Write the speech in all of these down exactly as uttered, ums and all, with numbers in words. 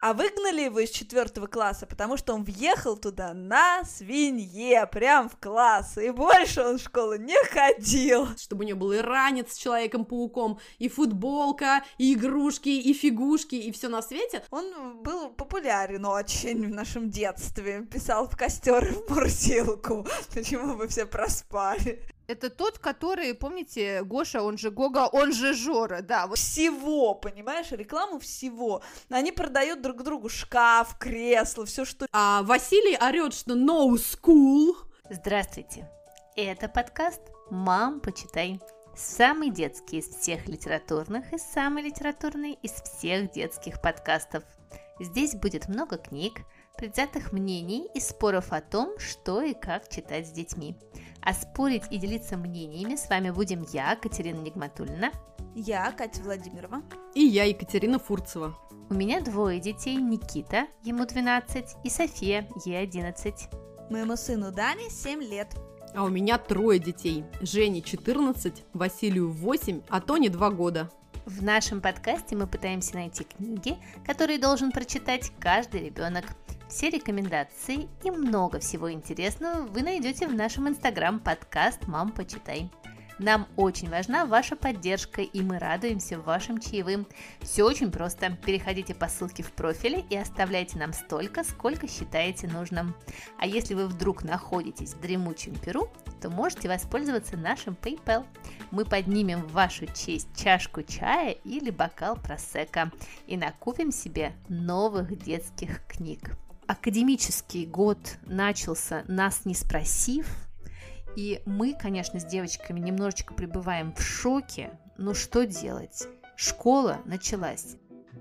А выгнали его из четвертого класса, потому что он въехал туда на свинье, прям в класс, и больше он в школу не ходил. Чтобы у него был и ранец с Человеком-пауком, и футболка, и игрушки, и фигушки, и все на свете. Он был популярен очень в нашем детстве, писал в костер и в морозилку, почему вы все проспали. Это тот, который, помните, Гоша, он же Гога, он же Жора, да. Вот. Всего, понимаешь, рекламу всего. Они продают друг другу шкаф, кресло, все что... А Василий орет, что no school. Здравствуйте, это подкаст «Мам, почитай». Самый детский из всех литературных и самый литературный из всех детских подкастов. Здесь будет много книг, предвзятых мнений и споров о том, что и как читать с детьми. А спорить и делиться мнениями с вами будем я, Катерина Нигматульна. Я, Катя Владимирова. И я, Екатерина Фурцева. У меня двое детей, Никита, ему двенадцать, и София, ей одиннадцать. Моему сыну Дане семь лет. А у меня трое детей. Жене четырнадцать, Василию восемь, а Тоне два года. В нашем подкасте мы пытаемся найти книги, которые должен прочитать каждый ребенок. Все рекомендации и много всего интересного вы найдете в нашем инстаграм-подкаст «Мам, почитай». Нам очень важна ваша поддержка, и мы радуемся вашим чаевым. Все очень просто. Переходите по ссылке в профиле и оставляйте нам столько, сколько считаете нужным. А если вы вдруг находитесь в дремучем Перу, то можете воспользоваться нашим PayPal. Мы поднимем в вашу честь чашку чая или бокал просекко и накупим себе новых детских книг. Академический год начался, нас не спросив, и мы, конечно, с девочками немножечко пребываем в шоке, но что делать? Школа началась.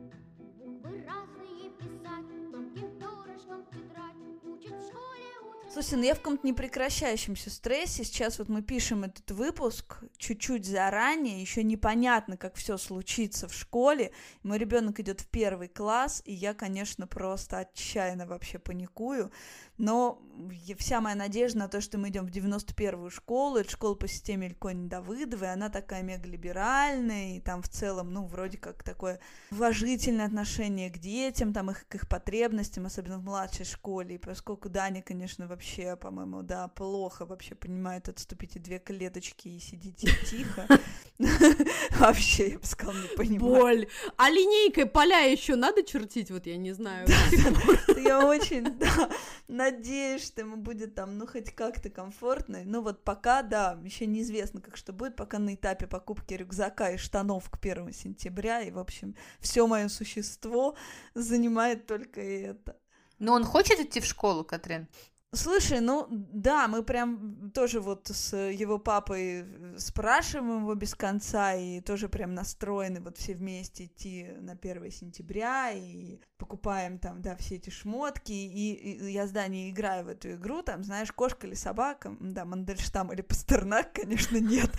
Слушай, ну я в каком-то непрекращающемся стрессе. Сейчас вот мы пишем этот выпуск чуть-чуть заранее, еще непонятно, как все случится в школе. Мой ребенок идет в первый класс, и я, конечно, просто отчаянно вообще паникую. Но вся моя надежда на то, что мы идем в девяносто первую школу, это школа по системе Илькони-Давыдовой, она такая мегалиберальная, и там в целом, ну, вроде как такое уважительное отношение к детям, там их, к их потребностям, особенно в младшей школе, и поскольку Даня, конечно, вообще, по-моему, да, плохо вообще понимает, отступите две клеточки и сидите тихо, вообще, я бы сказала, не понимаю. Боль! А линейкой поля еще надо чертить, вот я не знаю. Я очень, да, надеюсь, что ему будет там, ну, хоть как-то комфортно. Ну, вот пока, да, еще неизвестно, как что будет, пока на этапе покупки рюкзака и штанов к первому сентября, и, в общем, все мое существо занимает только это. Но он хочет идти в школу, Катрин? Слушай, ну да, мы прям тоже вот с его папой спрашиваем его без конца и тоже прям настроены вот все вместе идти на первое сентября и покупаем там, да, все эти шмотки, и, и я с Даней играю в эту игру, там, знаешь, кошка или собака, да, Мандельштам или Пастернак, конечно, нет,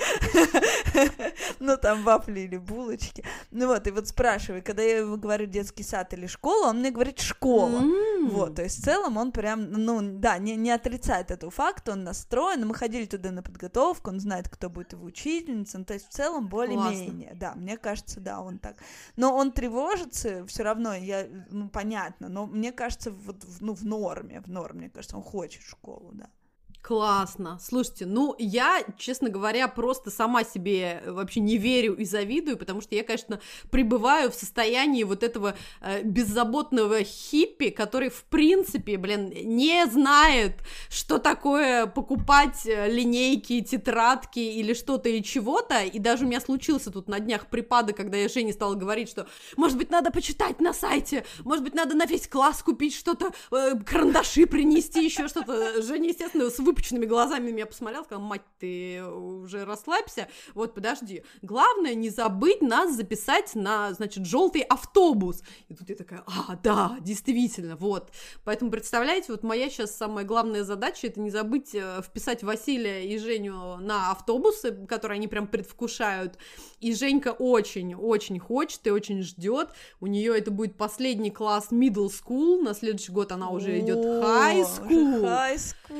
но там вафли или булочки, ну вот, и вот спрашиваю, когда я его говорю детский сад или школа, он мне говорит школа, вот, то есть в целом он прям, ну, да, Не, не отрицает этого факта, он настроен, мы ходили туда на подготовку, он знает, кто будет его учительница, ну, то есть в целом более-менее, да, мне кажется, да, он так, но он тревожится, все равно, я, ну, понятно, но мне кажется, вот, ну, в норме, в норме, мне кажется, он хочет школу, да. Классно. Слушайте, ну, я, честно говоря, просто сама себе вообще не верю и завидую, потому что я, конечно, пребываю в состоянии вот этого э, беззаботного хиппи, который, в принципе, блин, не знает, что такое покупать линейки, тетрадки или что-то или чего-то, и даже у меня случился тут на днях припадок, когда я Жене стала говорить, что, может быть, надо почитать на сайте, может быть, надо на весь класс купить что-то, э, карандаши принести, еще что-то. Женя, естественно, с выпученными глазами на меня посмотрел, сказал: мать, ты уже расслабься, вот, подожди, главное не забыть нас записать на, значит, желтый автобус. И тут я такая: а, да, действительно, вот. Поэтому, представляете, вот моя сейчас самая главная задача — это не забыть вписать Василия и Женю на автобусы, которые они прям предвкушают. И Женька очень-очень хочет и очень ждет. У нее это будет последний класс middle school, на следующий год она уже идет high school. High school.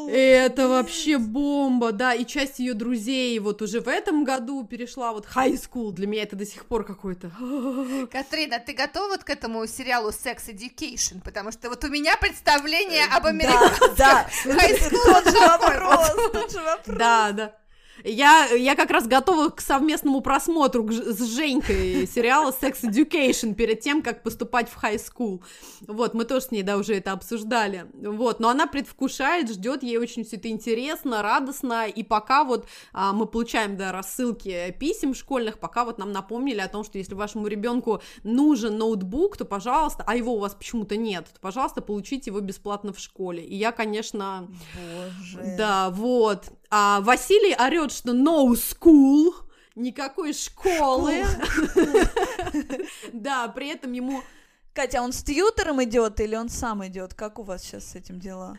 Это вообще бомба, да, и часть ее друзей вот уже в этом году перешла вот high school, для меня это до сих пор какой-то... Катрина, ты готова вот к этому сериалу Sex Education? Потому что вот у меня представление об американском Да, high school тот же вопрос, тот же вопрос. Да, да. Я, я как раз готова к совместному просмотру к Ж- с Женькой сериала Sex Education перед тем, как поступать в high school. Вот, мы тоже с ней, да, уже это обсуждали. Вот, но она предвкушает, ждет, ей очень все это интересно, радостно, и пока вот а, мы получаем, да, рассылки писем школьных, пока вот нам напомнили о том, что если вашему ребенку нужен ноутбук, то, пожалуйста, а его у вас почему-то нет, то, пожалуйста, получите его бесплатно в школе. И я, конечно... Боже. Да, вот. А Василий орет, что no school, никакой школы. Да, при этом ему... Катя, а он с тьютором идет или он сам идет? Как у вас сейчас с этим дела?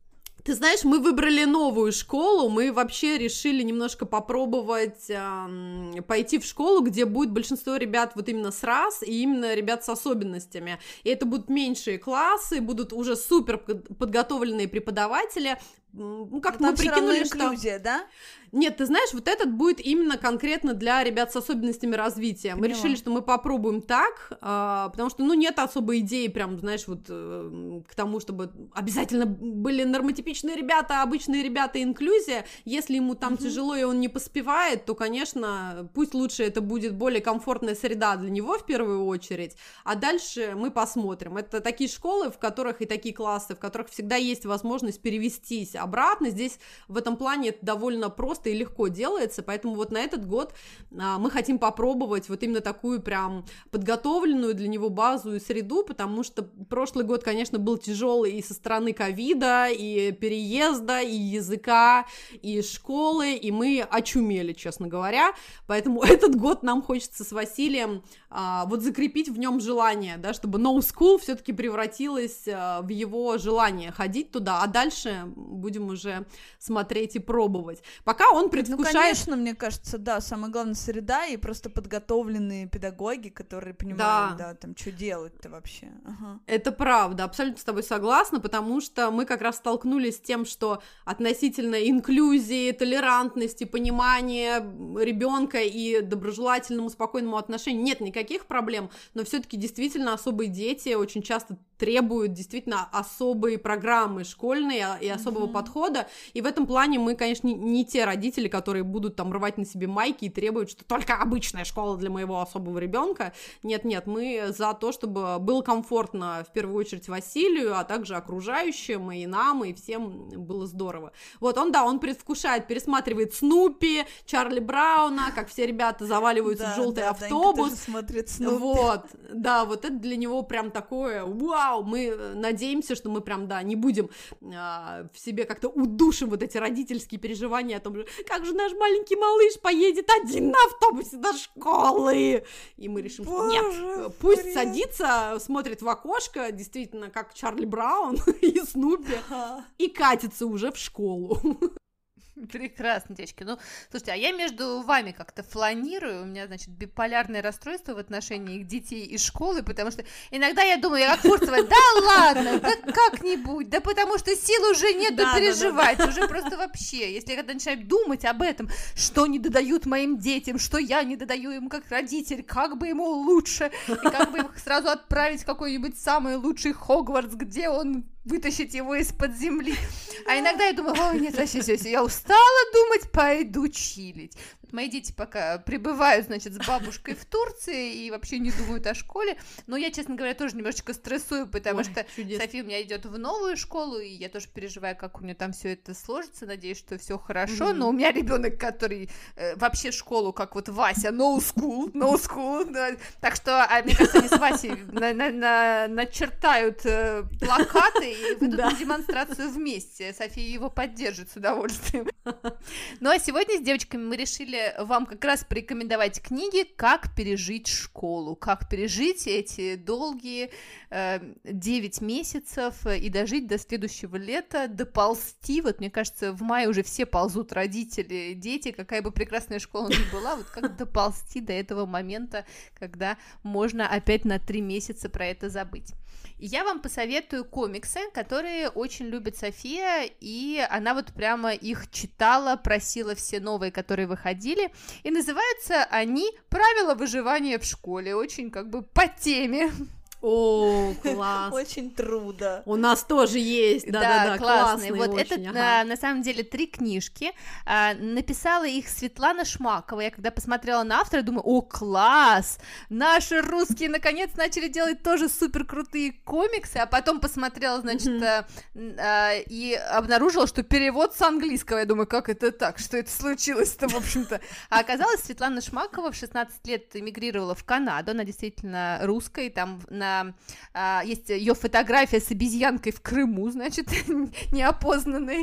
Ты знаешь, мы выбрали новую школу, мы вообще решили немножко попробовать эм, пойти в школу, где будет большинство ребят вот именно с рас и именно ребят с особенностями. И это будут меньшие классы, будут уже супер подготовленные преподаватели. Ну, как-то мы прикинули, что... инклюзия, да? Нет, ты знаешь, вот этот будет именно конкретно для ребят с особенностями развития. Мы Поняла. решили, что мы попробуем так, а, потому что, ну, нет особой идеи прям, знаешь, вот э, к тому, чтобы обязательно были нормотипичные ребята, обычные ребята, инклюзия. Если ему там mm-hmm. тяжело и он не поспевает, то, конечно, пусть лучше это будет более комфортная среда для него в первую очередь, а дальше мы посмотрим. Это такие школы, в которых и такие классы, в которых всегда есть возможность перевестись обратно. Здесь в этом плане это довольно просто и легко делается, поэтому вот на этот год а, мы хотим попробовать вот именно такую прям подготовленную для него базу и среду, потому что прошлый год, конечно, был тяжелый и со стороны ковида, и переезда, и языка, и школы, и мы очумели, честно говоря, поэтому этот год нам хочется с Василием а, вот закрепить в нем желание, да, чтобы no school все-таки превратилось а, в его желание ходить туда, а дальше будем уже смотреть и пробовать. Пока он предвкушает... Ну, конечно, мне кажется, да, самое главное среда и просто подготовленные педагоги, которые понимают, да, да там, что делать-то вообще. Ага. Это правда, абсолютно с тобой согласна, потому что мы как раз столкнулись с тем, что относительно инклюзии, толерантности, понимания ребенка и доброжелательному, спокойному отношению нет никаких проблем, но все-таки действительно особые дети очень часто требуют действительно особые программы школьные и особого mm-hmm. подхода, и в этом плане мы, конечно, не, не те родители, которые будут там рвать на себе майки и требуют, что только обычная школа для моего особого ребенка. Нет-нет, мы за то, чтобы было комфортно в первую очередь Василию, а также окружающим, и нам, и всем было здорово. Вот он, да, он предвкушает, пересматривает Снупи, Чарли Брауна, как все ребята заваливаются да, в желтый да, автобус. Смотрит Снупи. Вот, да, вот это для него прям такое, вау, мы надеемся, что мы прям, да, не будем а, в себе как-то удушим вот эти родительские переживания о том, как же наш маленький малыш поедет один на автобусе до школы. И мы решим, Боже, что нет, пусть бред. садится, смотрит в окошко, действительно, как Чарли Браун и Снупи, и катится уже в школу. Прекрасно, девочки. Ну, слушайте, а я между вами как-то фланирую, у меня, значит, биполярное расстройство в отношении их детей и школы, потому что иногда я думаю, я как Фурцева, да ладно, да как-нибудь, да потому что сил уже нет да, переживать, да, да, да. уже просто вообще, если я когда начинаю думать об этом, что не додают моим детям, что я не додаю им как родитель, как бы ему лучше, и как бы их сразу отправить в какой-нибудь самый лучший Хогвартс, где он вытащить его из-под земли. А иногда я думаю, ой, нет, вообще, все, все, я устала думать, пойду чилить. Вот мои дети пока пребывают, значит, с бабушкой в Турции и вообще не думают о школе, но я, честно говоря, тоже немножечко стрессую, потому ой, что чудесно. София у меня идет в новую школу, и я тоже переживаю, как у нее там все это сложится, надеюсь, что все хорошо, mm-hmm. но у меня ребенок, который э, вообще школу, как вот Вася, no school, no school, да. Так что, а, мне кажется, они с Васей на- на- на- начертают э, плакаты и выйдут да. на демонстрацию вместе. София его поддержит с удовольствием. Ну а сегодня с девочками мы решили вам как раз порекомендовать книги «Как пережить школу», как пережить эти долгие э, девять месяцев и дожить до следующего лета, доползти. Вот мне кажется, в мае уже все ползут, родители, дети, какая бы прекрасная школа ни была, вот как доползти до этого момента, когда можно опять на три месяца про это забыть. И я вам посоветую комиксы, которые очень любит София, и она вот прямо их читала, просила все новые, которые выходили, и называются они «Правила выживания в школе», очень как бы по теме. О, класс. Очень трудно. У нас тоже есть, да-да-да, классные Вот очень, это ага. а, на самом деле три книжки. А, написала их Светлана Шмакова. Я когда посмотрела на автора, думаю, о, класс! Наши русские наконец начали делать тоже супер крутые комиксы, а потом посмотрела, значит, mm-hmm. а, а, и обнаружила, что перевод с английского. Я думаю, как это так? Что это случилось-то, в общем-то? А оказалось, Светлана Шмакова в шестнадцать лет эмигрировала в Канаду. Она действительно русская, и там на А, есть ее фотография с обезьянкой в Крыму, значит, неопознанной.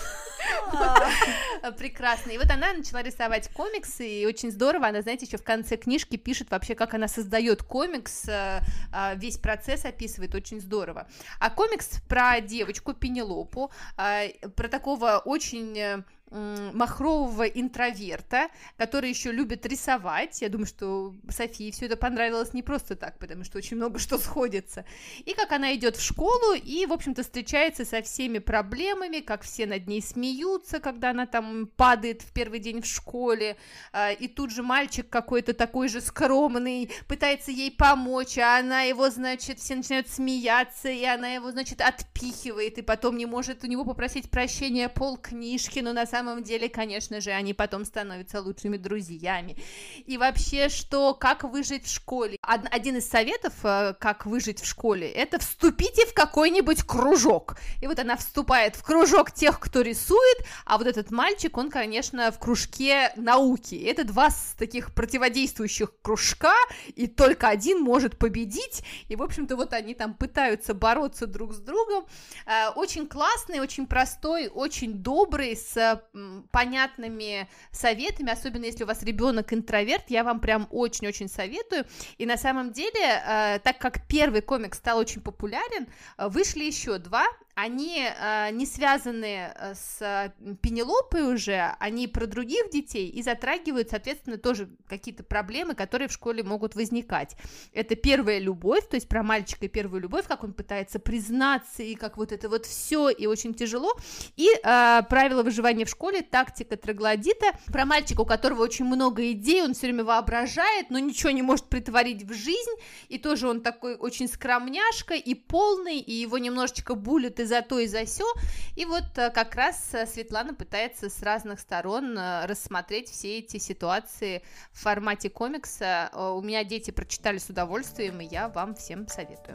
Прекрасно. И вот она начала рисовать комиксы, и очень здорово. Она, знаете, еще в конце книжки пишет вообще, как она создает комикс, весь процесс описывает, очень здорово. А комикс про девочку Пенелопу, про такого очень махрового интроверта, который еще любит рисовать. Я думаю, что Софии все это понравилось не просто так, потому что очень много что сходится. И как она идет в школу и, в общем-то, встречается со всеми проблемами, как все над ней смеются, когда она там падает в первый день в школе, и тут же мальчик какой-то такой же скромный пытается ей помочь, а она его, значит, все начинают смеяться, и она его, значит, отпихивает, и потом не может у него попросить прощения полкнижки, но на самом На самом деле, конечно же, они потом становятся лучшими друзьями. И вообще, что, как выжить в школе? Один из советов, как выжить в школе, это вступите в какой-нибудь кружок. И вот она вступает в кружок тех, кто рисует, а вот этот мальчик, он, конечно, в кружке науки. Это два таких противодействующих кружка, и только один может победить. И, в общем-то, вот они там пытаются бороться друг с другом. Очень классный, очень простой, очень добрый, с понятными советами, особенно если у вас ребенок интроверт, я вам прям очень-очень советую. И на самом деле, э, так как первый комикс стал очень популярен, э, вышли еще два. Они э, не связаны с Пенелопой уже, они про других детей и затрагивают, соответственно, тоже какие-то проблемы, которые в школе могут возникать. Это первая любовь, то есть про мальчика и первую любовь, как он пытается признаться, и как вот это вот все, и очень тяжело. И э, правила выживания в школе, тактика троглодита, про мальчика, у которого очень много идей, он все время воображает, но ничего не может притворить в жизнь, и тоже он такой очень скромняшка и полный, и его немножечко булят и за то, и за сё, и вот как раз Светлана пытается с разных сторон рассмотреть все эти ситуации в формате комикса. У меня дети прочитали с удовольствием, и я вам всем советую.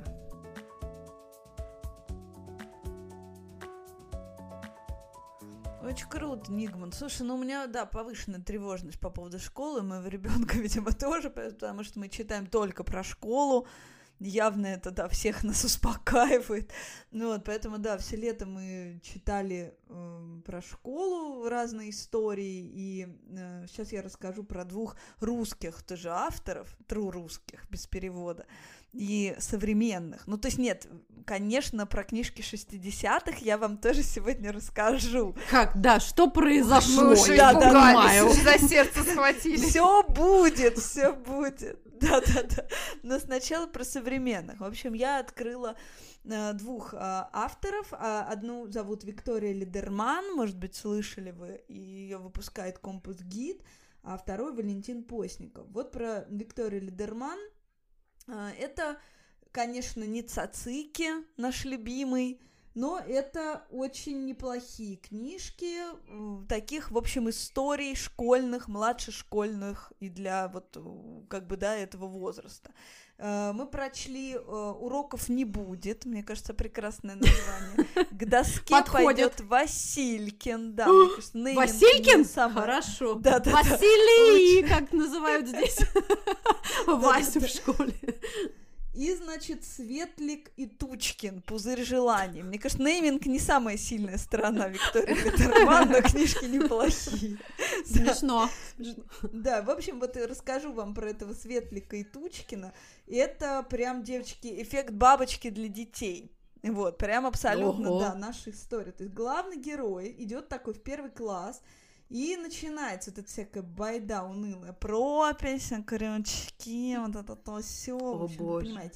Очень круто, Нигман. Слушай, ну у меня, да, повышенная тревожность по поводу школы, моего ребенка, видимо, тоже, потому что мы читаем только про школу. Явно это, да, всех нас успокаивает. Ну вот, поэтому, да, все лето мы читали э, про школу разные истории, и э, сейчас я расскажу про двух русских тоже авторов, тру русских, без перевода, и современных. Ну, то есть, нет, конечно, про книжки шестидесятых я вам тоже сегодня расскажу. Как, да, что произошло? Мы уже я испугались, за сердце схватили. Все будет, все будет. Да-да-да. Но сначала про современных. В общем, я открыла э, двух э, авторов. Одну зовут Виктория Лидерман, может быть, слышали вы, и ее выпускает Компас Гид, а второй Валентин Постников. Вот про Викторию Лидерман. Э, это, конечно, не цацики, наш любимый, но это очень неплохие книжки, таких, в общем, историй школьных, младшешкольных и для вот, как бы, да, этого возраста. Мы прочли «Уроков не будет», мне кажется, прекрасное название. К доске пойдет Василькин. Да, Василькин? Самое... Хорошо. Да, да, Василий, да. Как называют здесь Васю в школе. И, значит, Светлик и Тучкин, «Пузырь желаний». Мне кажется, нейминг не самая сильная сторона Виктории Лидерман, но книжки неплохие. Смешно. Да, в общем, вот я расскажу вам про этого Светлика и Тучкина. Это прям, девочки, эффект бабочки для детей. Вот, прям абсолютно, Ого. Да, наша история. То есть главный герой идет такой в первый класс, и начинается вот эта всякая байда унылая, пропись, крючки, вот это то все, в общем, вы понимаете.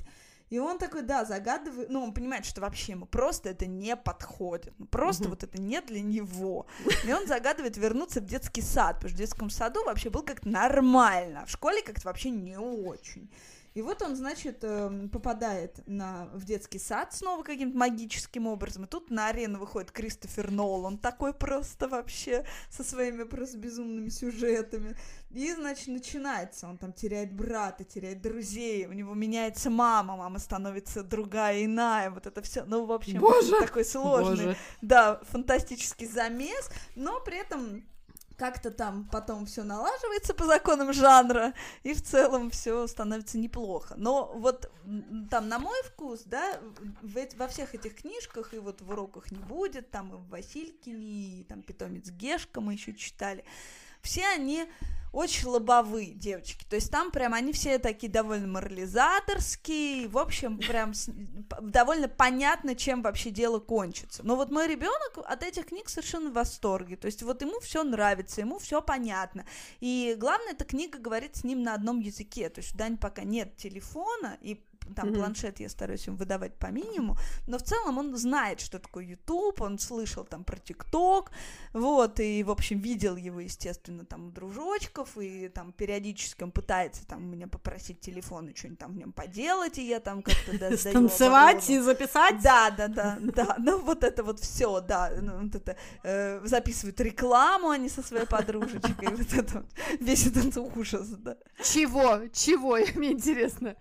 И он такой, да, загадывает, ну, он понимает, что вообще ему просто это не подходит, ну, просто вот это не для него. И он загадывает вернуться в детский сад, потому что в детском саду вообще было как-то нормально, а в школе как-то вообще не очень. И вот он, значит, попадает на, в детский сад снова каким-то магическим образом, и тут на арену выходит Кристофер Нолан, такой просто вообще, со своими просто безумными сюжетами. И, значит, начинается, он там теряет брата, теряет друзей, у него меняется мама, мама становится другая, иная, вот это все, ну, в общем, Боже! такой сложный, Боже. да, фантастический замес, но при этом... Как-то там потом все налаживается по законам жанра, и в целом все становится неплохо. Но вот там, на мой вкус, да, в эти, во всех этих книжках, и вот в «Уроках не будет», там и в «Василькине», и там «Питомец Гешка» мы еще читали, все они очень лобовые девочки, то есть там прям они все такие довольно морализаторские, в общем, прям с... довольно понятно, чем вообще дело кончится. Но вот мой ребенок от этих книг совершенно в восторге, то есть вот ему все нравится, ему все понятно, и главное, эта книга говорит с ним на одном языке, то есть у Дани пока нет телефона, и там mm-hmm. планшет я стараюсь им выдавать по минимуму, но в целом он знает, что такое YouTube, он слышал там про TikTok, вот, и, в общем, видел его, естественно, там у дружочков, и там периодически он пытается там меня попросить телефон и что-нибудь там в нем поделать, и я там как-то да, станцевать и записать? Да, да, да, да, ну вот это вот все, да, ну, вот это, э, записывают рекламу они со своей подружечкой, вот это вот, весь этот ужас, да. Чего? Чего? Мне интересно.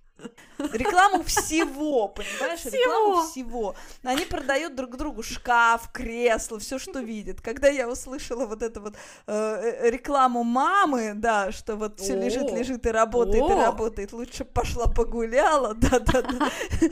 Рекламу всего, понимаешь? Всего. Рекламу всего. Они продают друг другу шкаф, кресло, все, что видят. Когда я услышала вот эту вот э, рекламу мамы, да, что вот все лежит, лежит и работает, и работает, лучше пошла погуляла, да-да-да.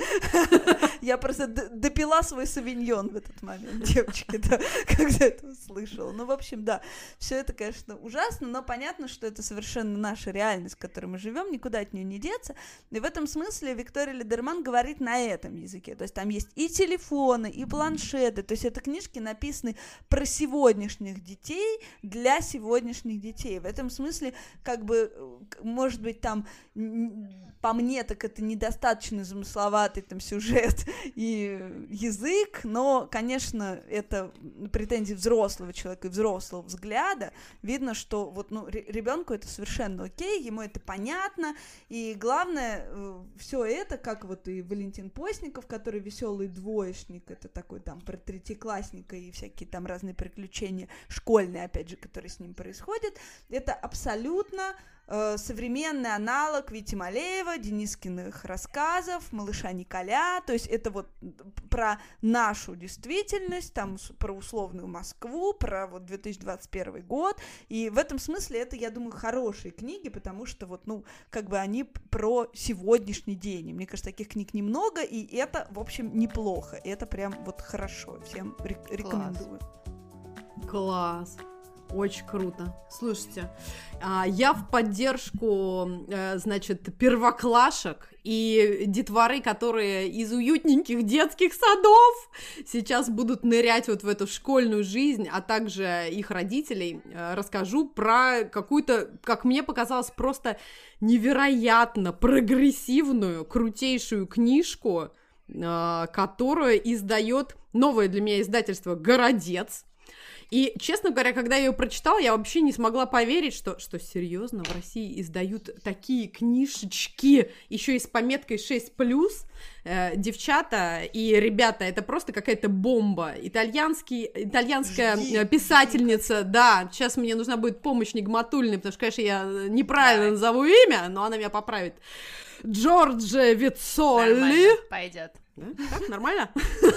Я просто допила свой савиньон в этот момент, девочки, да, когда это услышала. Ну, в общем, да, все это, конечно, ужасно, но понятно, что это совершенно наша реальность, в которой мы живем, никуда от нее не деться. И в этом смысле Виктория Лидерман говорит на этом языке, то есть там есть и телефоны, и планшеты, то есть это книжки написаны про сегодняшних детей для сегодняшних детей. В этом смысле, как бы, может быть, там, по мне, так это недостаточно замысловатый там сюжет и язык, но, конечно, это претензии взрослого человека и взрослого взгляда. Видно, что вот, ну, ребенку это совершенно окей, ему это понятно, и главное, все это, как вот и Валентин Постников, который веселый двоечник, это такой там про третьеклассника и всякие там разные приключения школьные, опять же, которые с ним происходят, это абсолютно э, современный аналог Вити Малеева, Денискиных рассказов, малыша Николя, то есть это вот про нашу действительность, там про условную Москву, про вот две тысячи двадцать первый год, и в этом смысле это, я думаю, хорошие книги, потому что вот, ну, как бы они про сегодняшний день, и мне кажется, таких книг немного, и это, в общем, неплохо, и это прям вот хорошо, всем рек- рекомендую. Класс. Очень круто. Слушайте, я в поддержку, значит, первоклашек и детворы, которые из уютненьких детских садов сейчас будут нырять вот в эту школьную жизнь, а также их родителей, расскажу про какую-то, как мне показалось, просто невероятно прогрессивную, крутейшую книжку, которую издает новое для меня издательство «Городец». И, честно говоря, когда я ее прочитала, я вообще не смогла поверить, что, что серьезно, в России издают такие книжечки, еще и с пометкой шесть плюс. Э, девчата и ребята, это просто какая-то бомба. Итальянский, итальянская Жди. писательница, да, сейчас мне нужна будет помощь Нигматульной, потому что, конечно, я неправильно Давай. назову имя, но она меня поправит. Джорджо Виццоли. Нормально, пойдет. Да? Так, нормально?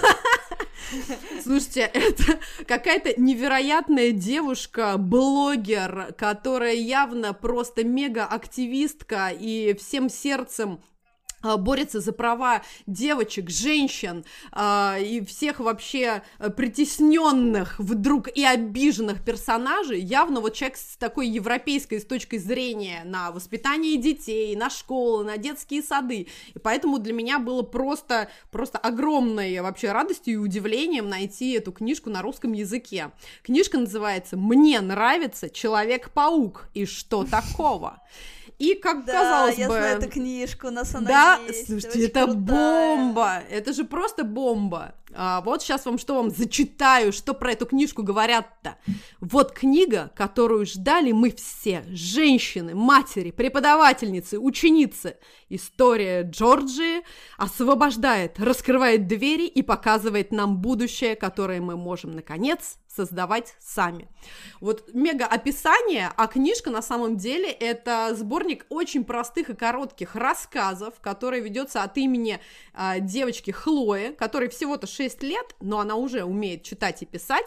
Слушайте, это какая-то невероятная девушка-блогер, которая явно просто мега-активистка и всем сердцем борется за права девочек, женщин э, и всех вообще притесненных вдруг и обиженных персонажей. Явно вот человек с такой европейской с точки зрения на воспитание детей, на школы, на детские сады. И поэтому для меня было просто, просто огромной вообще радостью и удивлением найти эту книжку на русском языке. Книжка называется «Мне нравится Человек-паук. И что такого?». И, как Да, казалось я бы... знаю эту книжку, у нас она Да, есть. слушайте, очень это крутая. бомба! Это же просто бомба! А, вот сейчас вам что вам зачитаю, что про эту книжку говорят-то. Вот книга, которую ждали мы все. Женщины, матери, преподавательницы, ученицы. История Джорджии освобождает, раскрывает двери и показывает нам будущее, которое мы можем, наконец, создавать сами. Вот мега описание, а книжка на самом деле это сборник очень простых и коротких рассказов, который ведется от имени а, девочки Хлои, которой всего-то шесть лет, но она уже умеет читать и писать.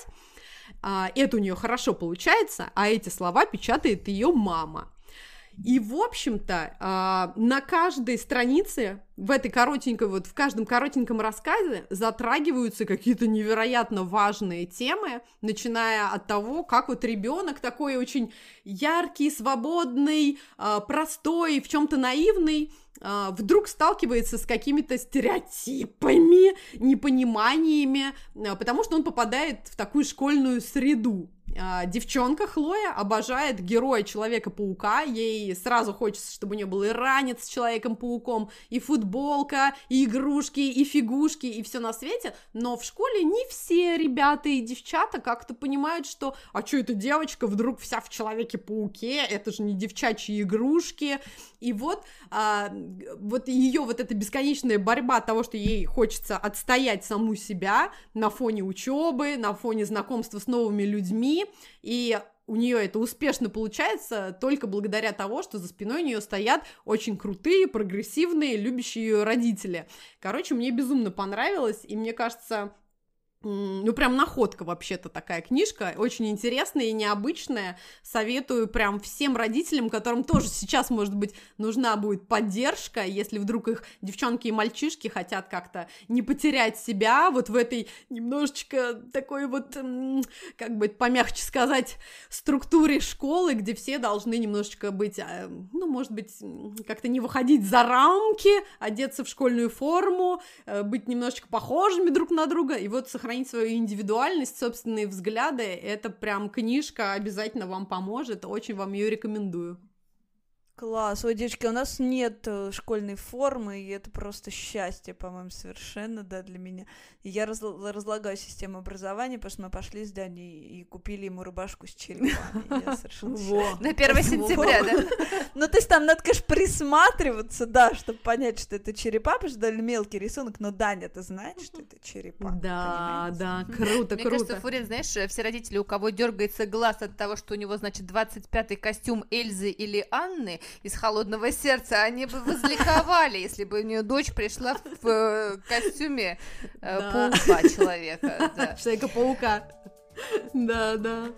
А, это у нее хорошо получается, а эти слова печатает ее мама. И, в общем-то, а, на каждой странице, в этой коротенькой, вот в каждом коротеньком рассказе затрагиваются какие-то невероятно важные темы, начиная от того, как вот ребенок такой очень яркий, свободный, а, простой, в чем-то наивный, а, вдруг сталкивается с какими-то стереотипами, непониманиями, а, потому что он попадает в такую школьную среду. Девчонка Хлоя обожает героя Человека-паука, ей сразу хочется, чтобы у нее был и ранец с Человеком-пауком, и футболка, и игрушки, и фигушки, и все на свете, но в школе не все ребята и девчата как-то понимают, что а что эта девочка вдруг вся в Человеке-пауке, это же не девчачьи игрушки, и вот, а, вот ее вот эта бесконечная борьба того, что ей хочется отстоять саму себя на фоне учебы, на фоне знакомства с новыми людьми, и у нее это успешно получается только благодаря тому, что за спиной у нее стоят очень крутые, прогрессивные, любящие ее родители. Короче, мне безумно понравилось, и мне кажется... Ну, прям находка вообще-то такая книжка, очень интересная и необычная, советую прям всем родителям, которым тоже сейчас, может быть, нужна будет поддержка, если вдруг их девчонки и мальчишки хотят как-то не потерять себя вот в этой немножечко такой вот, как бы помягче сказать, структуре школы, где все должны немножечко быть, ну, может быть, как-то не выходить за рамки, одеться в школьную форму, быть немножечко похожими друг на друга, и вот сохранить Сохранить свою индивидуальность, собственные взгляды, это прям книжка обязательно вам поможет, очень вам ее рекомендую. Класс. Ой, девочки, у нас нет школьной формы, и это просто счастье, по-моему, совершенно, да, для меня. И я разл- разлагаю систему образования, потому что мы пошли с Даней и купили ему рубашку с черепами. Я совершенно счастлива. На первое сентября, да? Ну, то есть там надо, конечно, присматриваться, да, чтобы понять, что это черепа, потому что довольно мелкий рисунок, но Даня-то знает, что это черепа. Да, да, круто, Мне круто. кажется, Фурет, знаешь, все родители, у кого дергается глаз от того, что у него, значит, двадцать пятый костюм Эльзы или Анны из «Холодного сердца», они бы возликовали, если бы у нее дочь пришла в э, костюме э, Да. паука человека. Да. Человека-паука. Да, да.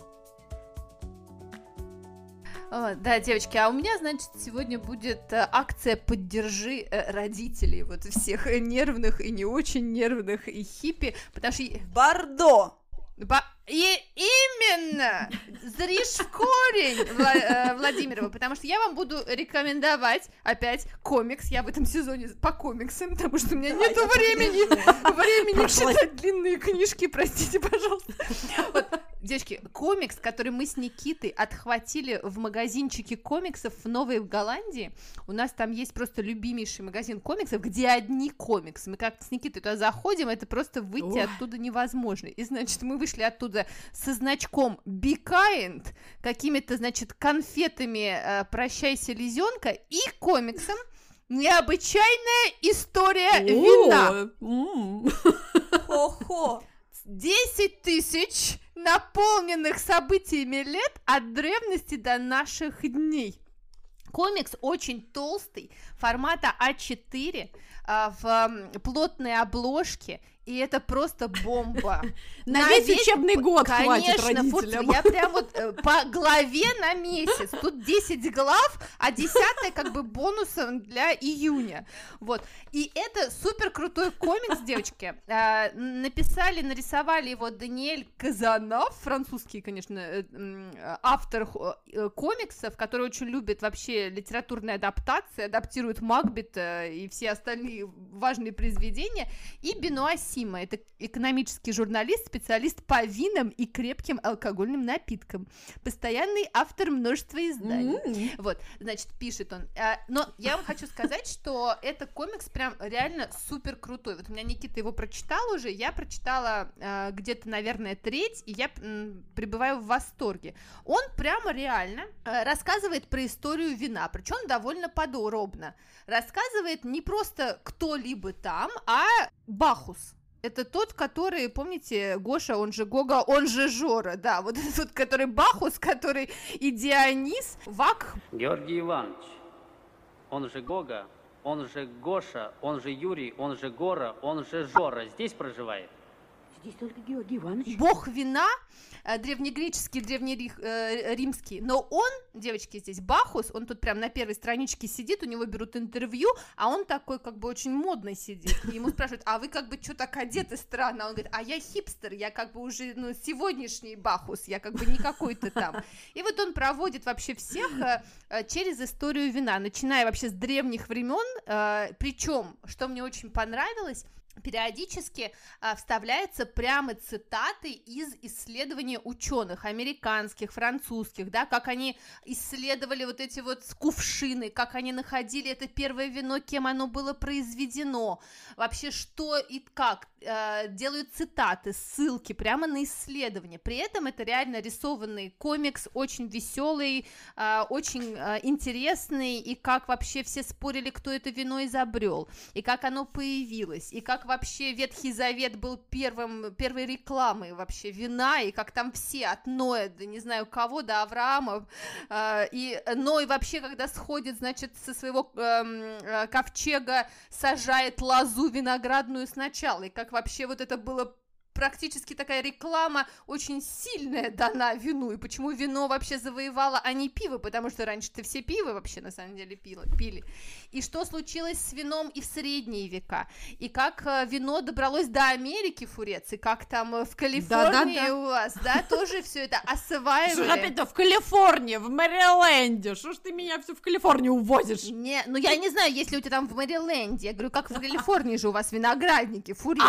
О, да, девочки, а у меня, значит, сегодня будет э, акция «Поддержи э, родителей», вот всех э, нервных и не очень нервных и хиппи, потому что... Бордо! Ба- И именно! Зришь в корень, Вла- э, Владимирова, потому что я вам буду рекомендовать опять комикс, я в этом сезоне по комиксам, потому что у меня нет времени, времени читать длинные книжки, простите, пожалуйста. Вот, девочки, комикс, который мы с Никитой отхватили в магазинчике комиксов в Новой Голландии, у нас там есть просто любимейший магазин комиксов, где одни комиксы, мы как с Никитой туда заходим, это просто выйти Ой. оттуда невозможно, и, значит, мы вышли оттуда со значком Be Kind, какими-то, значит, конфетами э, «Прощай, селезенка» и комиксом «Необычайная история вина». О, м. Хо-хо! десять тысяч наполненных событиями лет от древности до наших дней. Комикс очень толстый, формата а четыре, а, в м, плотной обложке, и это просто бомба. На весь учебный год хватит Конечно, Фурцева, родителям. я прям вот э, по главе на месяц. Тут десять глав, а десятая как бы бонусом для июня. Вот. И это супер крутой комикс, девочки. А, написали, нарисовали его Даниэль Казанов, французский, конечно, э, м, автор э, комиксов, который очень любит вообще литературные адаптации, адаптирует Макбета и все остальные важные произведения. И Бенуа Сима. Это экономический журналист, специалист по винам и крепким алкогольным напиткам. Постоянный автор множества изданий. Mm-hmm. Вот, значит, пишет он. Но я вам хочу сказать, что это комикс прям реально супер крутой. Вот у меня Никита его прочитал уже, я прочитала э, где-то, наверное, треть, и я м, пребываю в восторге. Он прямо реально э, рассказывает про историю вина, причем довольно подробно. Рассказывает не просто кто-либо там, а Бахус. Это тот, который, помните, Гоша, он же Гога, он же Жора, да, вот этот, который Бахус, который и Дионис, Вак. Георгий Иванович, он же Гога, он же Гоша, он же Юрий, он же Гора, он же Жора, здесь проживает? Здесь только Георгий Иванович. Бог вина, древнегреческий, древнеримский, но он, девочки, здесь Бахус, он тут прям на первой страничке сидит, у него берут интервью, а он такой как бы очень модный сидит, и ему спрашивают, а вы как бы что так одеты странно, он говорит, а я хипстер, я как бы уже, ну, сегодняшний Бахус, я как бы не какой-то там, и вот он проводит вообще всех через историю вина, начиная вообще с древних времен, причем, что мне очень понравилось, периодически а, вставляются прямо цитаты из исследований ученых, американских, французских, да, как они исследовали вот эти вот кувшины, как они находили это первое вино, кем оно было произведено, вообще что и как, а, делают цитаты, ссылки прямо на исследования, при этом это реально рисованный комикс, очень веселый, а, очень а, интересный, и как вообще все спорили, кто это вино изобрел, и как оно появилось, и как вообще Ветхий Завет был первым, первой рекламой вообще вина, и как там все от Ноя до не знаю кого, до Авраама, э, и Ной вообще, когда сходит, значит, со своего э, ковчега сажает лозу виноградную сначала, и как вообще вот это было практически такая реклама очень сильная дана вину, и почему вино вообще завоевало, а не пиво, потому что раньше-то все пиво вообще на самом деле пило, пили. И что случилось с вином и в средние века, и как вино добралось до Америки, Фурец, и как там в Калифорнии да, да, да. у вас, да, тоже все это осваивали. Что опять-то в Калифорнии, в Мэриленде, что ж ты меня все в Калифорнию увозишь? Не, ну я не знаю, если у тебя там в Мэриленде, я говорю, как в Калифорнии же у вас виноградники, Фурец,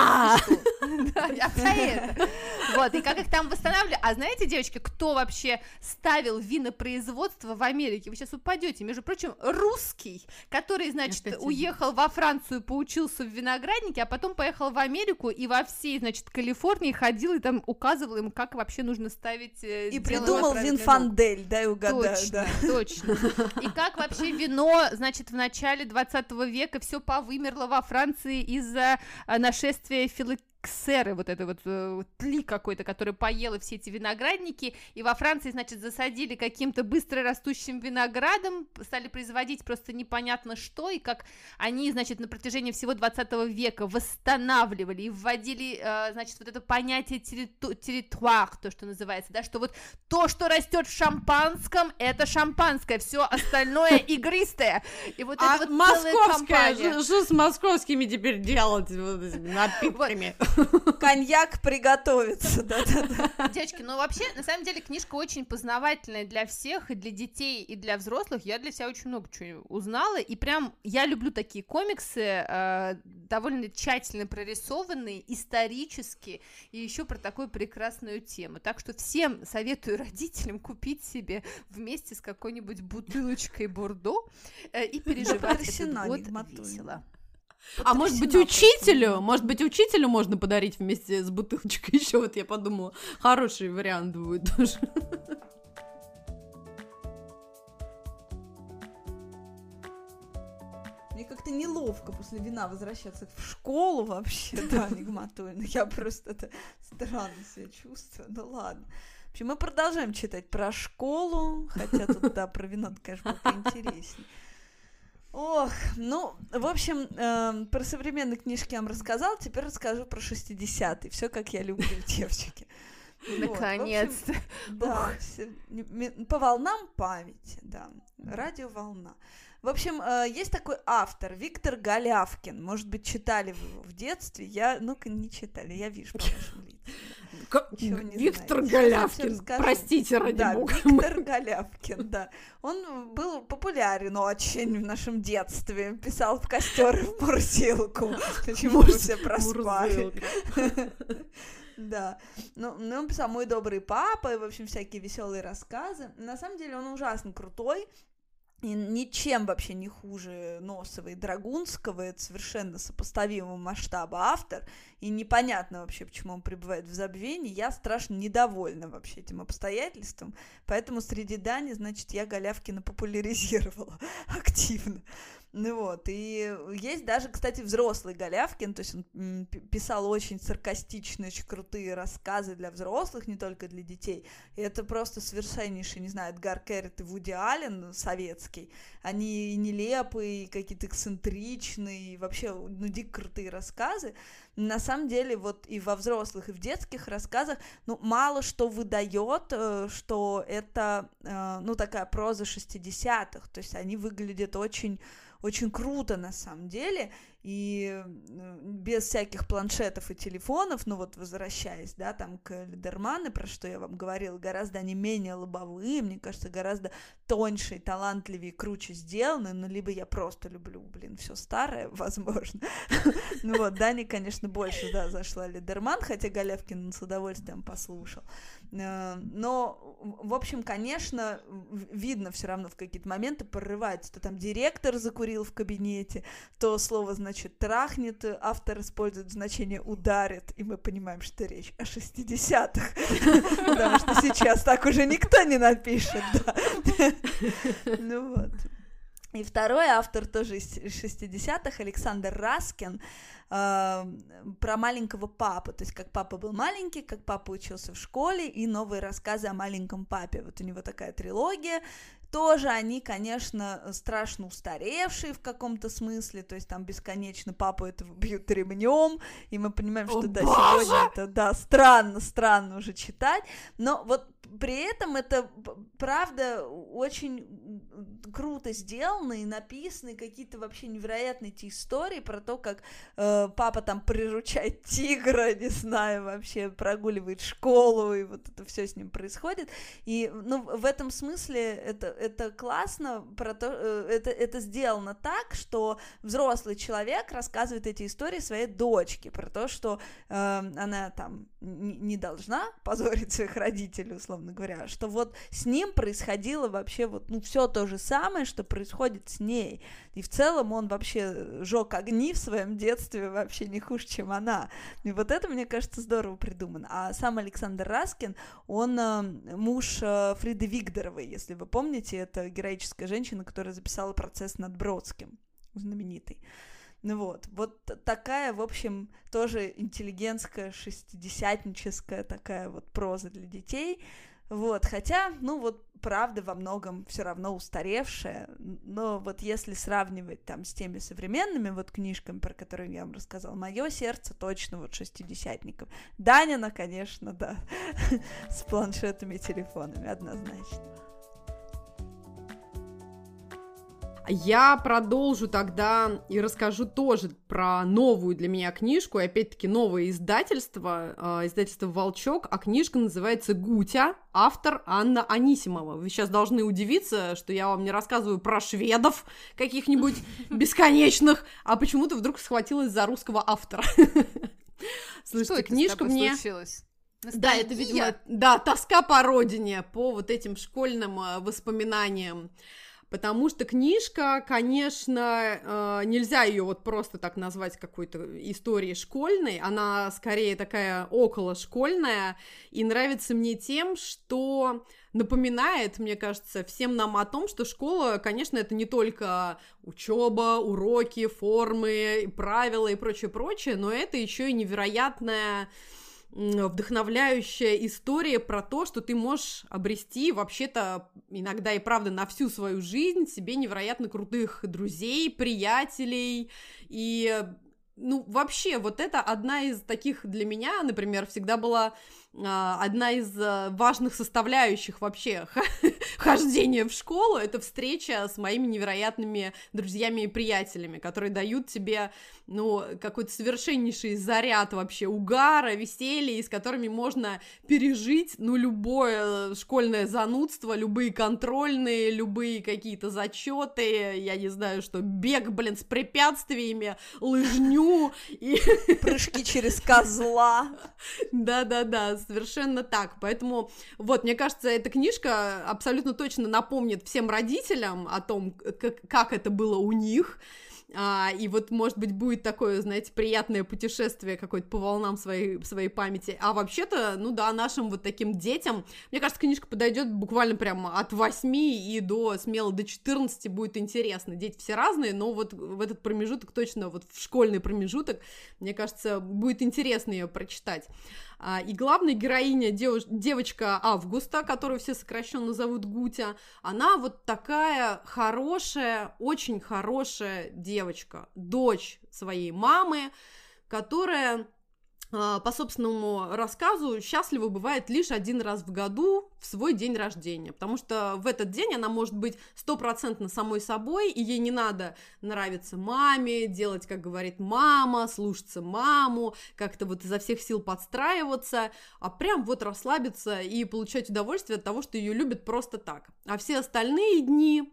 да, я про это. Вот, и как их там восстанавливали. А знаете, девочки, кто вообще ставил винопроизводство в Америке? Вы сейчас упадете. Между прочим, русский, который, значит, Опять уехал во Францию, поучился в винограднике, а потом поехал в Америку и во всей, значит, Калифорнии ходил и там указывал им, как вообще нужно ставить... И придумал Винфандель, дай угадаю. Точно, да. точно. И как вообще вино, значит, в начале двадцатого века все повымерло во Франции из-за нашествия филоксеры, ксеры, вот это вот э, тли какой-то, который поела все эти виноградники, и во Франции, значит, засадили каким-то быстро растущим виноградом, стали производить просто непонятно что, и как они, значит, на протяжении всего двадцатого века восстанавливали и вводили, э, значит, вот это понятие территуар, то, что называется, да, что вот то, что растет в шампанском, это шампанское, все остальное игристое, и вот а это вот московское, что с московскими теперь делать, вот этими напитками? Коньяк приготовится, да-да-да. Девочки, ну вообще, на самом деле, книжка очень познавательная для всех, и для детей, и для взрослых. Я для себя очень много чего узнала, и прям я люблю такие комиксы, э, довольно тщательно прорисованные, исторические, и еще про такую прекрасную тему. Так что всем советую родителям купить себе вместе с какой-нибудь бутылочкой бордо э, и переживать этот год весело. А может быть, учителю, может быть, учителю можно подарить вместе с бутылочкой еще, вот я подумала, хороший вариант будет тоже. Мне как-то неловко после вина возвращаться в школу вообще, да, Нигматульна, я просто это странно себя чувствую, ну ладно. В общем, мы продолжаем читать про школу, хотя тут, да, про вино, конечно, было поинтереснее. Ох, ну, в общем, э, про современные книжки я вам рассказала, теперь расскажу про шестидесятые, все как я люблю, девочки. Наконец-то. Вот, да, все, по волнам памяти, да, радиоволна. В общем, э, есть такой автор, Виктор Голявкин, может быть, читали вы его в детстве, я, ну-ка, не читали, я вижу по вашим лицам. Ничего не Виктор знаете. Сейчас я всё Голявкин, расскажу. простите, ради Да, бога. Виктор Голявкин, да. Он был популярен очень в нашем детстве. Писал в костер и в морзилку. Почему вы все проспали? Да. Ну, ну, он писал «Мой добрый папа», и, в общем, всякие веселые рассказы. На самом деле он ужасно крутой. И ничем вообще не хуже Носова и Драгунского, это совершенно сопоставимого масштаба автор, и непонятно вообще, почему он пребывает в забвении. Я страшно недовольна вообще этим обстоятельством, поэтому среди Дани, значит, я Голявкина популяризировала активно. Ну вот, и есть даже, кстати, взрослый Голявкин, то есть он м, писал очень саркастичные, очень крутые рассказы для взрослых, не только для детей, и это просто совершеннейший, не знаю, Эдгар Керрит и Вуди Аллен советский, они и нелепые, и какие-то эксцентричные, и вообще, ну, дико крутые рассказы. На самом деле, вот и во взрослых, и в детских рассказах, ну, мало что выдает, что это, ну, такая проза шестидесятых, то есть они выглядят очень... очень круто на самом деле, и без всяких планшетов и телефонов, ну вот возвращаясь, да, там к Лидерману, про что я вам говорила, гораздо они менее лобовые, мне кажется, гораздо тоньше, талантливее, круче сделаны, ну либо я просто люблю, блин, все старое, возможно. Ну вот, Дани, конечно, больше, да, зашла Лидерман, хотя Голявкин с удовольствием послушал. Но, в общем, конечно, видно все равно в какие-то моменты прорывается, то там директор закурил в кабинете, то слово, значит, трахнет, автор использует значение ударит, и мы понимаем, что речь о шестидесятых, потому что сейчас так уже никто не напишет, да. Ну вот. И второй автор тоже из шестидесятых, Александр Раскин, э, про маленького папу, то есть как папа был маленький, как папа учился в школе, и новые рассказы о маленьком папе. Вот у него такая трилогия. Тоже они, конечно, страшно устаревшие в каком-то смысле, то есть там бесконечно папу этого бьют ремнем, и мы понимаем, что О, да, боже! сегодня это, да, странно, странно уже читать, но вот при этом это, правда, очень круто сделано и написаны какие-то вообще невероятные эти истории про то, как э, папа там приручает тигра, не знаю, вообще прогуливает школу, и вот это все с ним происходит, и, ну, в этом смысле это это классно, про то, это, это сделано так, что взрослый человек рассказывает эти истории своей дочке, про то, что э, она там не, не должна позорить своих родителей, условно говоря, что вот с ним происходило вообще вот, ну, все то же самое, что происходит с ней, и в целом он вообще жег огни в своем детстве вообще не хуже, чем она, и вот это, мне кажется, здорово придумано. А сам Александр Раскин, он э, муж э, Фриды Вигдоровой, если вы помните, это героическая женщина, которая записала «Процесс над Бродским», знаменитый. Ну вот, вот такая, в общем, тоже интеллигентская, шестидесятническая такая вот проза для детей. Вот, хотя, ну вот, правда, во многом все равно устаревшая, но вот если сравнивать там с теми современными вот книжками, про которые я вам рассказала, «Мое сердце» точно вот шестидесятников. Данина, конечно, да, с планшетами и телефонами, однозначно. Я продолжу тогда и расскажу тоже про новую для меня книжку, и опять-таки новое издательство, э, издательство «Волчок», а книжка называется «Гутя», автор Анна Анисимова. Вы сейчас должны удивиться, что я вам не рассказываю про шведов каких-нибудь бесконечных, а почему-то вдруг схватилась за русского автора. Слушайте, книжка мне... Да, это, видимо, да, тоска по родине, по вот этим школьным воспоминаниям. Потому что книжка, конечно, нельзя ее вот просто так назвать какой-то историей школьной, она скорее такая околошкольная, и нравится мне тем, что напоминает, мне кажется, всем нам о том, что школа, конечно, это не только учеба, уроки, формы, правила и прочее-прочее, но это еще и невероятная вдохновляющая история про то, что ты можешь обрести вообще-то иногда и правда на всю свою жизнь себе невероятно крутых друзей, приятелей, и ну вообще вот это одна из таких для меня, например, всегда была одна из важных составляющих вообще хождение в школу, это встреча с моими невероятными друзьями и приятелями, которые дают тебе, ну, какой-то совершеннейший заряд вообще угара, веселья, и с которыми можно пережить, ну, любое школьное занудство, любые контрольные, любые какие-то зачеты, я не знаю, что, бег, блин, с препятствиями, лыжню и... Прыжки через козла. Да-да-да, совершенно так. Поэтому, вот, мне кажется, эта книжка абсолютно точно напомнит всем родителям о том, как, как это было у них. А, и вот, может быть, будет такое, знаете, приятное путешествие какое-то по волнам своей, своей памяти. А вообще-то, ну да, нашим вот таким детям, мне кажется, книжка подойдет буквально прямо от восьми и до, смело, до четырнадцати будет интересно. Дети все разные, но вот в этот промежуток, точно вот в школьный промежуток, мне кажется, будет интересно ее прочитать. А, и главная героиня, дев, девочка Августа, которую все сокращенно зовут Гутя, она вот такая хорошая, очень хорошая девочка, дочь своей мамы, которая, по собственному рассказу, счастлива бывает лишь один раз в году в свой день рождения, потому что в этот день она может быть стопроцентно самой собой, и ей не надо нравиться маме, делать, как говорит мама, слушаться маму, как-то вот изо всех сил подстраиваться, а прям вот расслабиться и получать удовольствие от того, что ее любят просто так. А все остальные дни...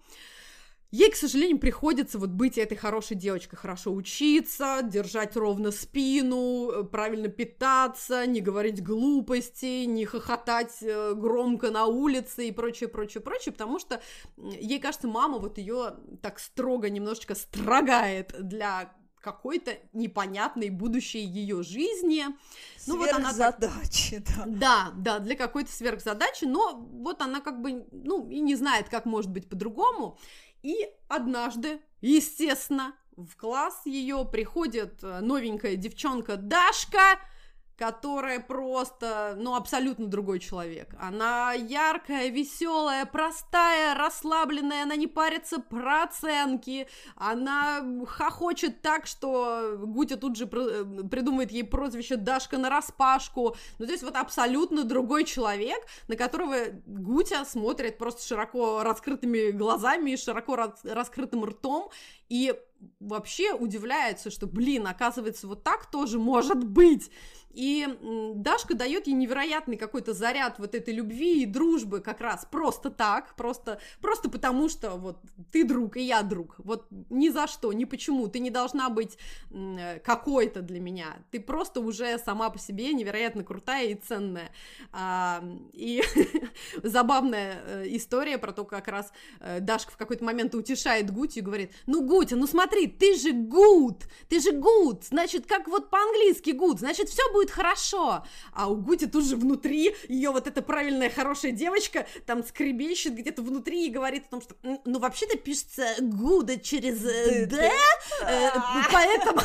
Ей, к сожалению, приходится вот быть этой хорошей девочкой, хорошо учиться, держать ровно спину, правильно питаться, не говорить глупостей, не хохотать громко на улице и прочее, прочее, прочее, потому что ей кажется, мама вот ее так строго немножечко строгает для какой-то непонятной будущей ее жизни. Ну, вот она сверхзадачи, так... да. Да, да, для какой-то сверхзадачи, но вот она как бы, ну, и не знает, как может быть по-другому. И однажды, естественно, в класс ее приходит новенькая девчонка Дашка, которая просто, ну, абсолютно другой человек. Она яркая, веселая, простая, расслабленная, она не парится про оценки, она хохочет так, что Гутя тут же придумывает ей прозвище Дашка нараспашку. Ну, то есть вот абсолютно другой человек, на которого Гутя смотрит просто широко раскрытыми глазами и широко раскрытым ртом, и вообще удивляется, что, блин, оказывается, вот так тоже может быть. И Дашка дает ей невероятный какой-то заряд вот этой любви и дружбы как раз просто так, просто, просто потому что вот ты друг и я друг, вот ни за что, ни почему, ты не должна быть какой-то для меня, ты просто уже сама по себе невероятно крутая и ценная. И забавная история про то, как раз Дашка в какой-то момент утешает Гутю и говорит: ну, Гутя, ну смотри, ты же good, ты же good, значит, как вот по-английски good, значит, все будет будет хорошо, а у Гути тут же внутри ее вот эта правильная хорошая девочка там скребещет где-то внутри и говорит о том, что ну вообще-то пишется good через д, поэтому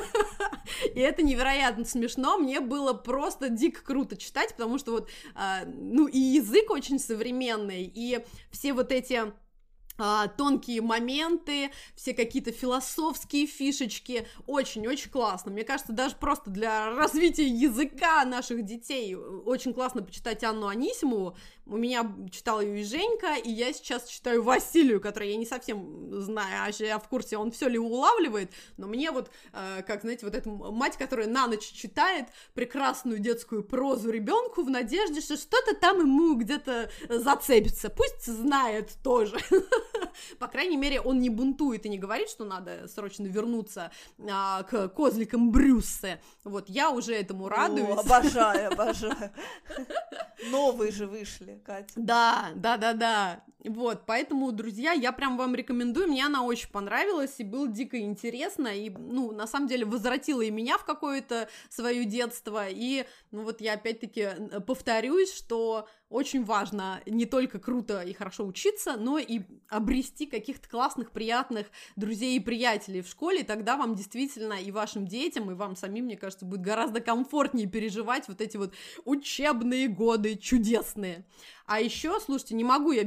и это невероятно смешно, мне было просто дико круто читать, потому что вот ну и язык очень современный, и все вот эти тонкие моменты, все какие-то философские фишечки, очень-очень классно. Мне кажется, даже просто для развития языка наших детей очень классно почитать Анну Анисимову. У меня читала ее и Женька, и я сейчас читаю Василию, которую я не совсем знаю, а я в курсе, он все ли улавливает, но мне вот, э, как, знаете, вот эта мать, которая на ночь читает прекрасную детскую прозу ребенку в надежде, что что-то там ему где-то зацепится, пусть знает тоже. По крайней мере, он не бунтует и не говорит, что надо срочно вернуться а, к козликам Брюссе. Вот, я уже этому радуюсь. О, обожаю, обожаю. Новые же вышли, Катя. Да, да, да, да. Вот, поэтому, друзья, я прям вам рекомендую, мне она очень понравилась, и было дико интересно, и, ну, на самом деле, возвратила и меня в какое-то свое детство, и, ну, вот я опять-таки повторюсь, что очень важно не только круто и хорошо учиться, но и обрести каких-то классных, приятных друзей и приятелей в школе, и тогда вам действительно и вашим детям, и вам самим, мне кажется, будет гораздо комфортнее переживать вот эти вот учебные годы чудесные. А еще, слушайте, не могу я без шведов,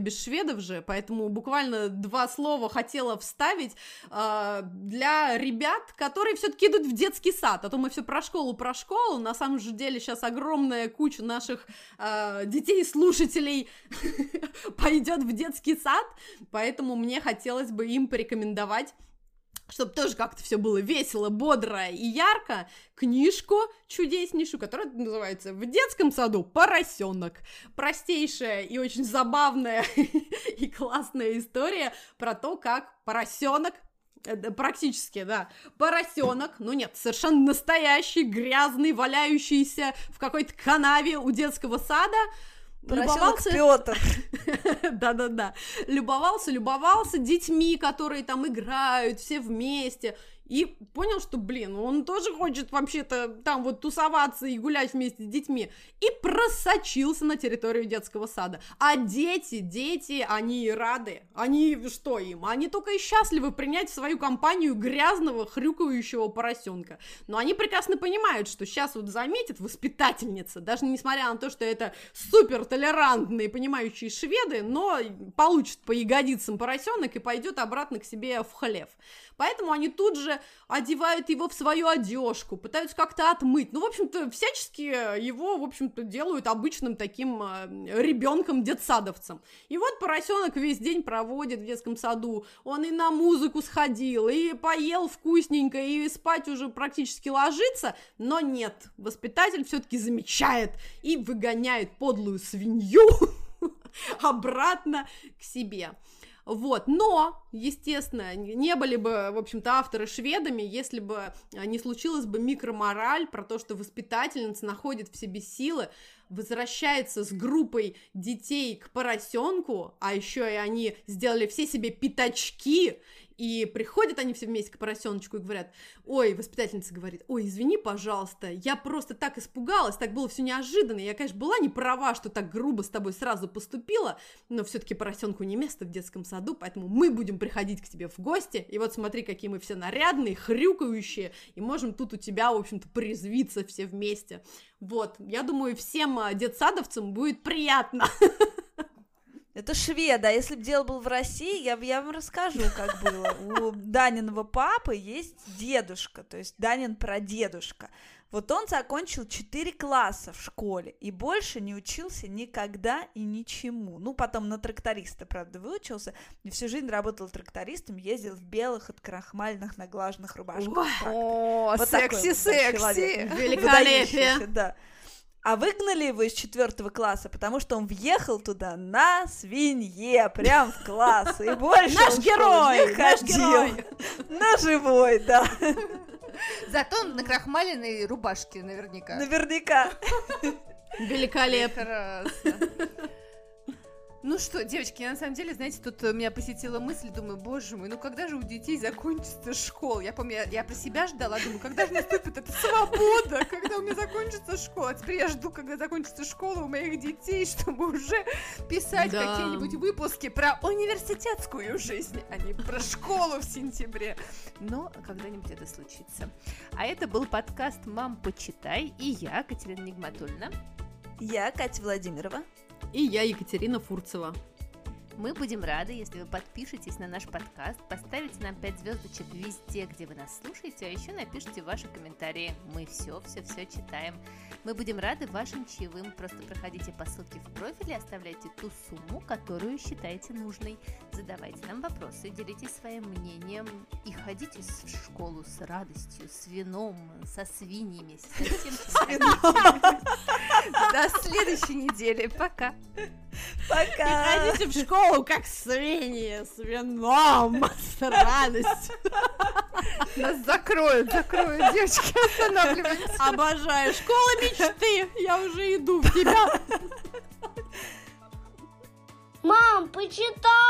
шведов же, поэтому буквально два слова хотела вставить э, для ребят, которые все-таки идут в детский сад, а то мы все про школу, про школу, на самом же деле сейчас огромная куча наших э, детей-слушателей пойдет в детский сад, поэтому мне хотелось бы им порекомендовать, чтобы тоже как-то все было весело, бодро и ярко, книжку чудеснейшую, которая называется «В детском саду поросенок». Простейшая и очень забавная и классная история про то, как поросенок, практически, да, поросенок, ну нет, совершенно настоящий, грязный, валяющийся в какой-то канаве у детского сада, Поросенок Пётр. Да-да-да. Любовался, любовался детьми, которые там играют, все вместе. И понял, что, блин, он тоже хочет вообще-то там вот тусоваться и гулять вместе с детьми. И просочился на территорию детского сада. А дети, дети, они рады. Они что им? Они только и счастливы принять в свою компанию грязного, хрюкающего поросенка. Но они прекрасно понимают, что сейчас вот заметит воспитательница, даже несмотря на то, что это супер толерантные, понимающие шведы, но получит по ягодицам поросенок и пойдет обратно к себе в хлев. Поэтому они тут же одевают его в свою одежку, пытаются как-то отмыть. Ну, в общем-то, всячески его, в общем-то, делают обычным таким э, ребенком-детсадовцем. И вот поросенок весь день проводит в детском саду. Он и на музыку сходил, и поел вкусненько, и спать уже практически ложится. Но нет, воспитатель все-таки замечает и выгоняет подлую свинью обратно к себе. Вот, но, естественно, не были бы, в общем-то, авторы шведами, если бы не случилась бы микромораль про то, что воспитательница находит в себе силы, возвращается с группой детей к поросенку, а еще и они сделали все себе пятачки, и приходят они все вместе к поросеночку и говорят: ой, воспитательница говорит: ой, извини, пожалуйста, я просто так испугалась, так было все неожиданно, я, конечно, была не права, что так грубо с тобой сразу поступила, но все-таки поросенку не место в детском саду, поэтому мы будем приходить к тебе в гости, и вот смотри, какие мы все нарядные, хрюкающие, и можем тут у тебя, в общем-то, порезвиться все вместе. Вот, я думаю, всем детсадовцам будет приятно. Это швед, а если бы дело было в России, я, я вам расскажу, как было. У Даниного папы есть дедушка, то есть Данин прадедушка. Вот он закончил четыре класса в школе и больше не учился никогда и ничему. Ну, потом на тракториста, правда, выучился, и всю жизнь работал трактористом, ездил в белых открахмальных наглаженных рубашках. О, секси-секси! Великолепие! Да. А выгнали его из четвертого класса, потому что он въехал туда на свинье, прям в класс, и больше наш он герой, не наш ходил. герой, на живой, да. Зато на крахмаленной рубашке наверняка. Наверняка. Великолепно. Прекрасно. Ну что, девочки, я на самом деле, знаете, тут меня посетила мысль, думаю, боже мой, ну когда же у детей закончится школа? Я помню, я, я про себя ждала, думаю, когда же наступит эта свобода, когда у меня закончится школа? А теперь я жду, когда закончится школа у моих детей, чтобы уже писать да. какие-нибудь выпуски про университетскую жизнь, а не про школу в сентябре. Но когда-нибудь это случится. А это был подкаст «Мам, почитай», и я, Катерина Нигматульна. Я, Катя Владимирова. И я, Екатерина Фурцева. Мы будем рады, если вы подпишетесь на наш подкаст, поставите нам пять звездочек везде, где вы нас слушаете, а еще напишите ваши комментарии. Мы все-все-все читаем. Мы будем рады вашим чаевым. Просто проходите по ссылке в профиле, оставляйте ту сумму, которую считаете нужной. Задавайте нам вопросы, делитесь своим мнением и ходите в школу с радостью, с вином, со свиньями, со всем, чем хотите. До следующей недели. Пока. Пока. Ходите в школу, как свиньи, с вином, с радостью. Нас закроют, закроют, девочки, останавливайтесь. Обожаю. Школа мечты. Я уже иду в тебя. Мам, почитай!